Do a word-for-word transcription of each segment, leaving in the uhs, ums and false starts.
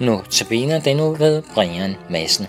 Notabene den nu ved Brian Madsen.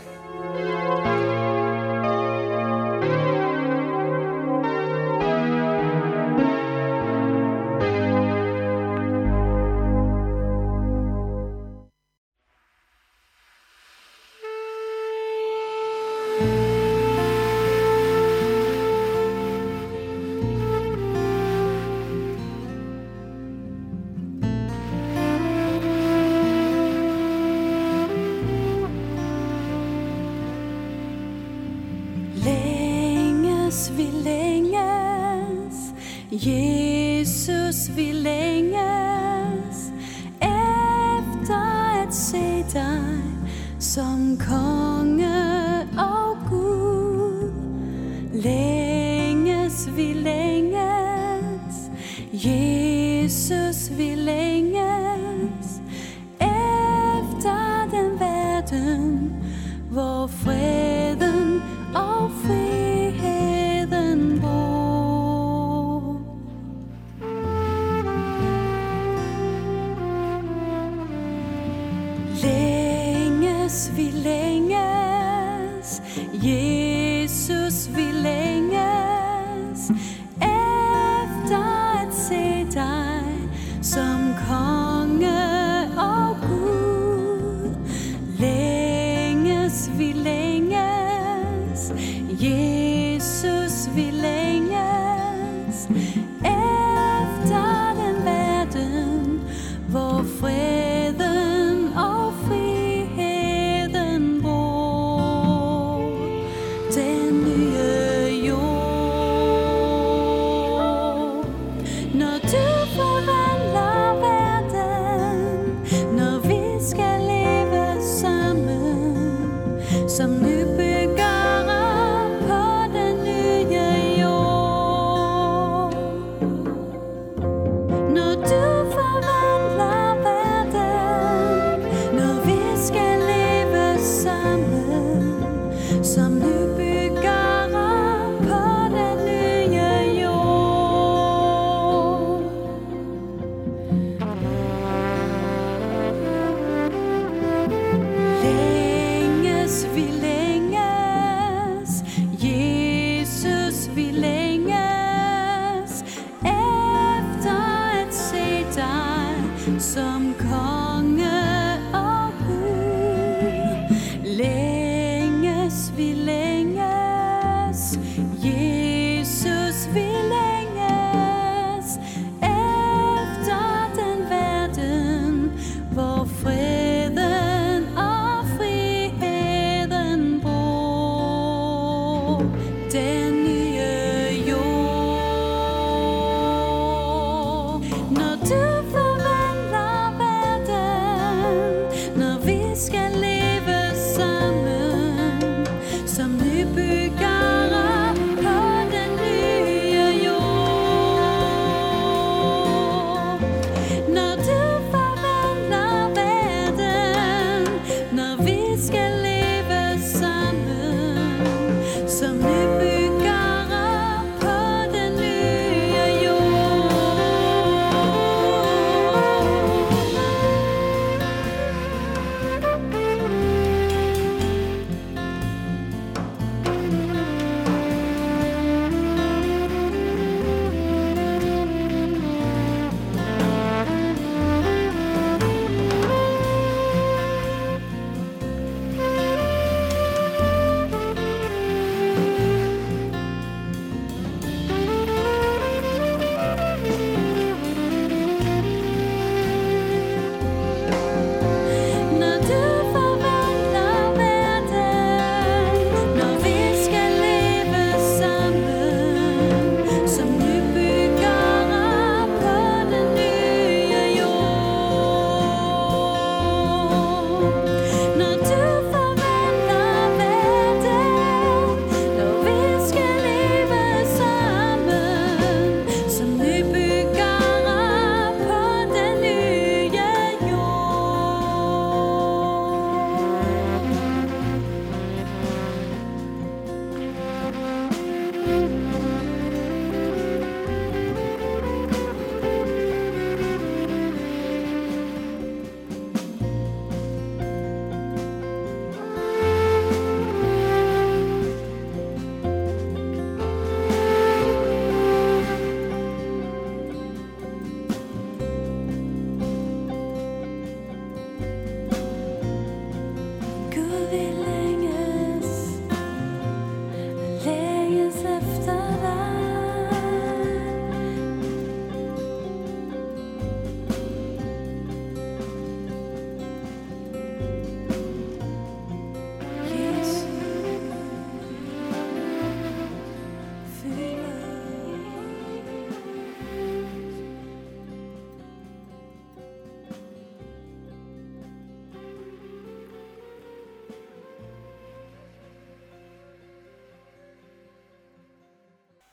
Vi længes, Jesus, vi længes efter at se dig som konge og Gud. Længes, vi længes, Jesus, vi længes efter den verden, hvor freden og friheden bor. Længes, vi længes, Jesus, vi længes efter at se dig som konge og Gud. Længes, vi længes, Jesus, vi længes efter den verden, hvor freden og friheden bor. Den nye jord, når du forvandler verden, når vi skal leve sammen som nybyggere på den nye jord. Når du forvandler verden, når vi skal leve sammen som nybyggere på den nye jord. Længes, vi længes, Jesus, vi længes efter at se dig som konge og Gud. Længes, vi længes,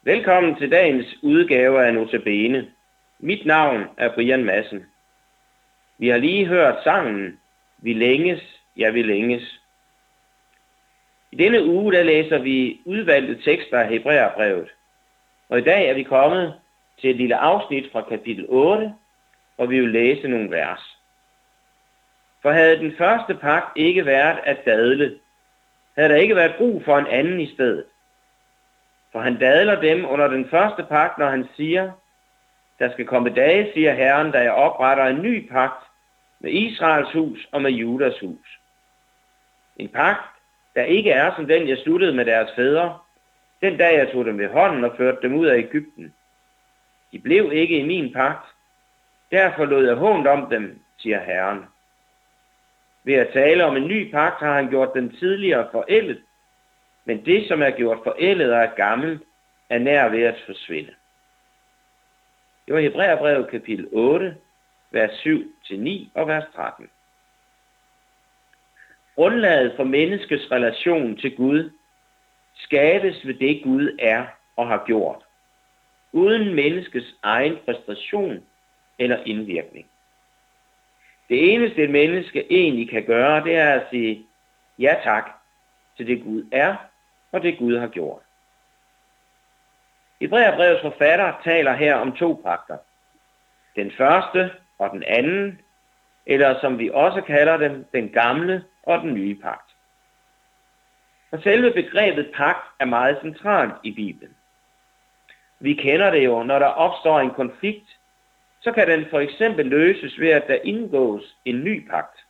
Velkommen til dagens udgave af Notabene. Mit navn er Brian Madsen. Vi har lige hørt sangen Vi længes, ja vi længes. I denne uge der læser vi udvalgte tekster af Hebræerbrevet. Og i dag er vi kommet til et lille afsnit fra kapitel otte, hvor vi vil læse nogle vers. For havde den første pagt ikke været at dadle, havde der ikke været brug for en anden i stedet. For han dadler dem under den første pagt, når han siger, der skal komme dage, siger Herren, da jeg opretter en ny pagt med Israels hus og med Judas hus. En pagt, der ikke er som den, jeg sluttede med deres fædre, den dag jeg tog dem ved hånden og førte dem ud af Egypten. De blev ikke i min pagt, derfor lod jeg hånt om dem, siger Herren. Ved at tale om en ny pagt har han gjort den tidligere forældet, men det, som er gjort forældet og er gammelt, er nær ved at forsvinde. Det var Hebræerbrevet kapitel otte, vers syv til ni og vers tretten. Grundlaget for menneskets relation til Gud skabes ved det, Gud er og har gjort, uden menneskets egen præstation eller indvirkning. Det eneste et menneske egentlig kan gøre, det er at sige ja tak til det Gud er og det Gud har gjort. Hebræerbrevets forfatter taler her om to pagter. Den første og den anden, eller som vi også kalder dem, den gamle og den nye pagt. Og selve begrebet pagt er meget centralt i Bibelen. Vi kender det jo, når der opstår en konflikt, så kan den for eksempel løses ved, at der indgås en ny pagt.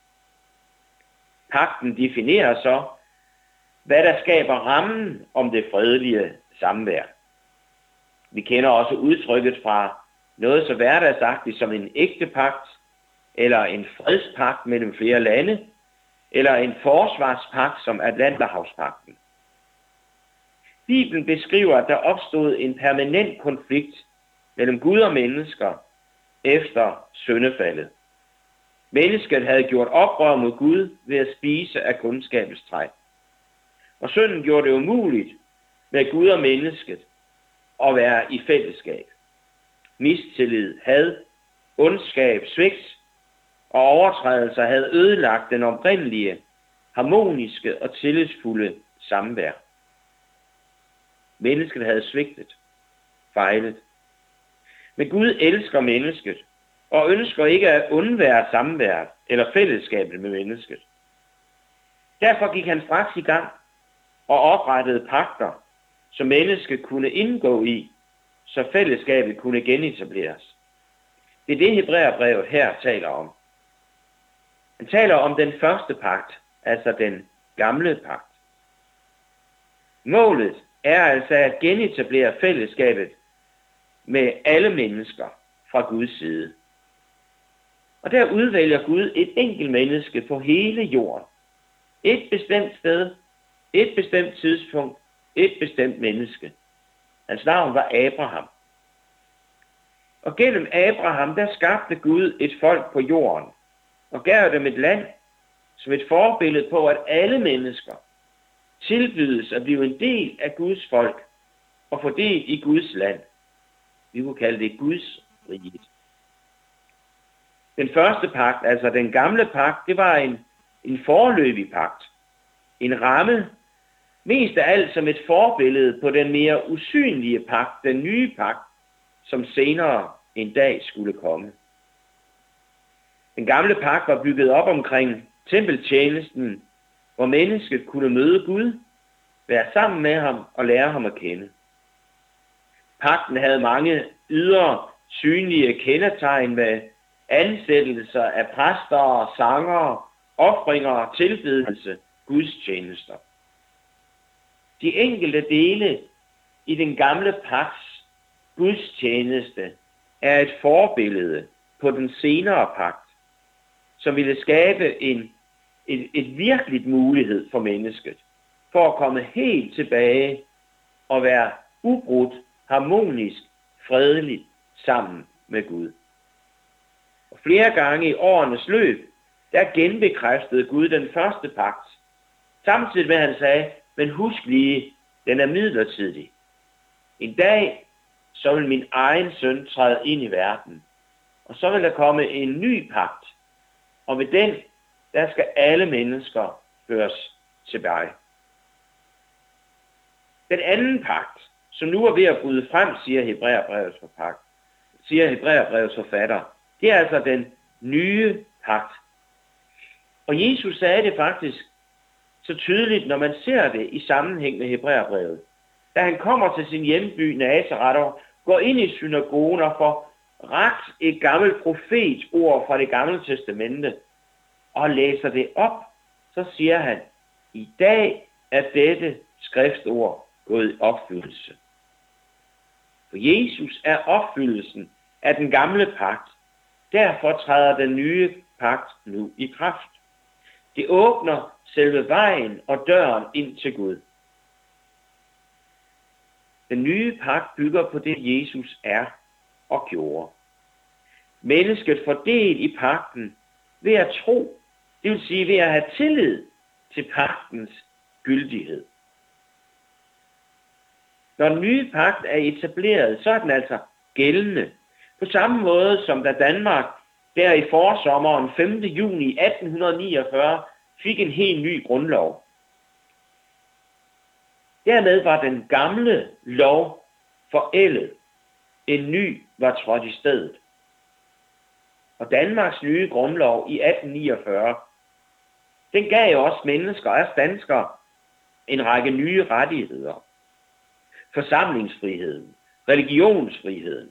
Pagten definerer så, hvad der skaber rammen om det fredelige samvær. Vi kender også udtrykket fra noget så hverdagsagtigt som en ægtepagt, eller en fredspagt mellem flere lande, eller en forsvarspagt som Atlanterhavspagten. Bibelen beskriver, at der opstod en permanent konflikt mellem Gud og mennesker efter syndefaldet. Mennesket havde gjort oprør mod Gud ved at spise af kundskabens træ. Og synden gjorde det umuligt med Gud og mennesket at være i fællesskab. Mistillid, had, ondskab, svigt og overtrædelser havde ødelagt den oprindelige, harmoniske og tillidsfulde samvær. Mennesket havde svigtet, fejlet. Men Gud elsker mennesket og ønsker ikke at undvære samværet eller fællesskabet med mennesket. Derfor gik han straks i gang og oprettede pagter, som mennesket kunne indgå i, så fællesskabet kunne genetableres. Det er det, Hebræerbrevet her taler om. Han taler om den første pagt, altså den gamle pagt. Målet er altså at genetablere fællesskabet med alle mennesker fra Guds side. Og der udvælger Gud et enkelt menneske på hele jorden. Et bestemt sted, et bestemt tidspunkt, et bestemt menneske. Hans navn var Abraham. Og gennem Abraham, der skabte Gud et folk på jorden, og gav dem et land som et forbillede på, at alle mennesker tilbydes at blive en del af Guds folk og få del i Guds land. Vi kunne kalde det Guds rige. Den første pagt, altså den gamle pagt, det var en, en foreløbig pagt. En ramme, mest af alt som et forbillede på den mere usynlige pagt, den nye pagt, som senere en dag skulle komme. Den gamle pagt var bygget op omkring tempeltjenesten, hvor mennesket kunne møde Gud, være sammen med ham og lære ham at kende. Pagten havde mange ydre, synlige kendetegn med ansættelser af præster, sangere, ofringer, tilbedelse, gudstjenester. De enkelte dele i den gamle pagts gudstjeneste er et forbillede på den senere pagt, som ville skabe en, et, et virkeligt mulighed for mennesket, for at komme helt tilbage og være ubrudt, harmonisk, fredeligt sammen med Gud. Og flere gange i årenes løb, der genbekræftede Gud den første pagt, samtidig med at han sagde, men husk lige, den er midlertidig. En dag, så vil min egen søn træde ind i verden. Og så vil der komme en ny pagt. Og ved den, der skal alle mennesker føres tilbage. Den anden pagt, som nu er ved at bryde frem, siger Hebræerbrevets forpagt, siger Hebræerbrevets forfatter, det er altså den nye pagt. Og Jesus sagde det faktisk så tydeligt, når man ser det i sammenhæng med Hebræerbrevet. Da han kommer til sin hjemby Nazareth og går ind i synagogen og får ret et gammelt profetord fra det gamle testamente og læser det op, så siger han, i dag er dette skriftord gået i opfyldelse. For Jesus er opfyldelsen af den gamle pagt. Derfor træder den nye pagt nu i kraft. Det åbner selve vejen og døren ind til Gud. Den nye pagt bygger på det, Jesus er og gjorde. Mennesket får del i pagten ved at tro, det vil sige ved at have tillid til pagtens gyldighed. Når den nye pagt er etableret, så er den altså gældende. På samme måde som da Danmark der i forsommeren femte juni atten niogfyrre fik en helt ny grundlov. Dermed var den gamle lov forældet. En ny var trådt i stedet. Og Danmarks nye grundlov i atten niogfyrre, den gav jo også mennesker og danskere en række nye rettigheder. Forsamlingsfriheden, religionsfriheden.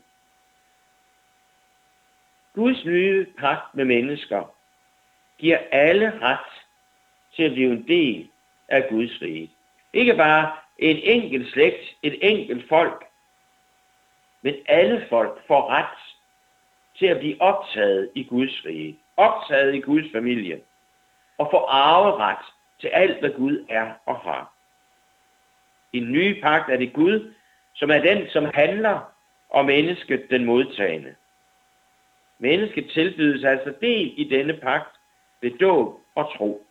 Guds nye pagt med mennesker giver alle ret til at blive en del af Guds rige. Ikke bare en enkelt slægt, et enkelt folk, men alle folk får ret til at blive optaget i Guds rige, optaget i Guds familie, og få arveret til alt, hvad Gud er og har. I den nye pagt er det Gud, som er den, som handler, og mennesket den modtagende. Mennesket tilbydes altså del i denne pagt ved dåb og tro.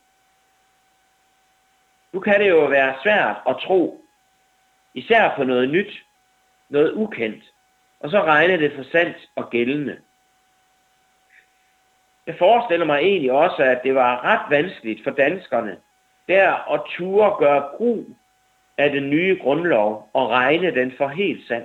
Nu kan det jo være svært at tro, især på noget nyt, noget ukendt, og så regne det for sandt og gældende. Jeg forestiller mig egentlig også, at det var ret vanskeligt for danskerne der at ture gøre brug af den nye grundlov og regne den for helt sandt.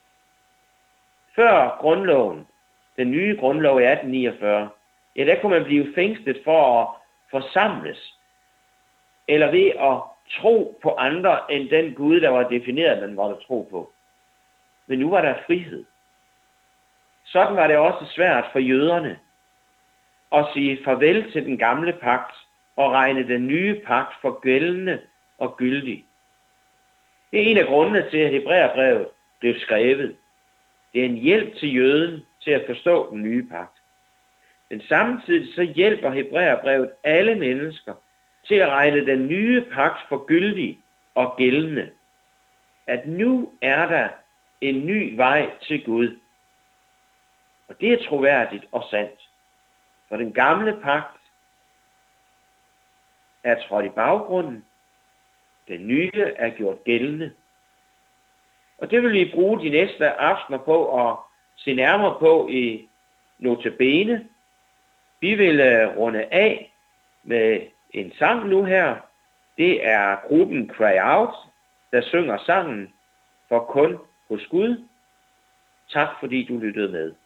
Før grundloven, den nye grundlov i atten niogfyrre, ja, der kunne man blive fængslet for at forsamles, eller ved at tro på andre end den Gud, der var defineret, man måtte tro på. Men nu var der frihed. Sådan var det også svært for jøderne at sige farvel til den gamle pagt og regne den nye pagt for gældende og gyldig. Det er en af grundene til, at Hebræerbrevet blev skrevet. Det er en hjælp til jøden til at forstå den nye pagt. Men samtidig så hjælper Hebræerbrevet alle mennesker til at regne den nye pagt for gyldig og gældende. At nu er der en ny vej til Gud. Og det er troværdigt og sandt. For den gamle pagt er trådt i baggrunden. Den nye er gjort gældende. Og det vil vi bruge de næste aftener på at se nærmere på i Notabene. Vi vil runde af med en sang nu her. Det er gruppen Cry Out, der synger sangen For kun hos Gud. Tak fordi du lyttede med.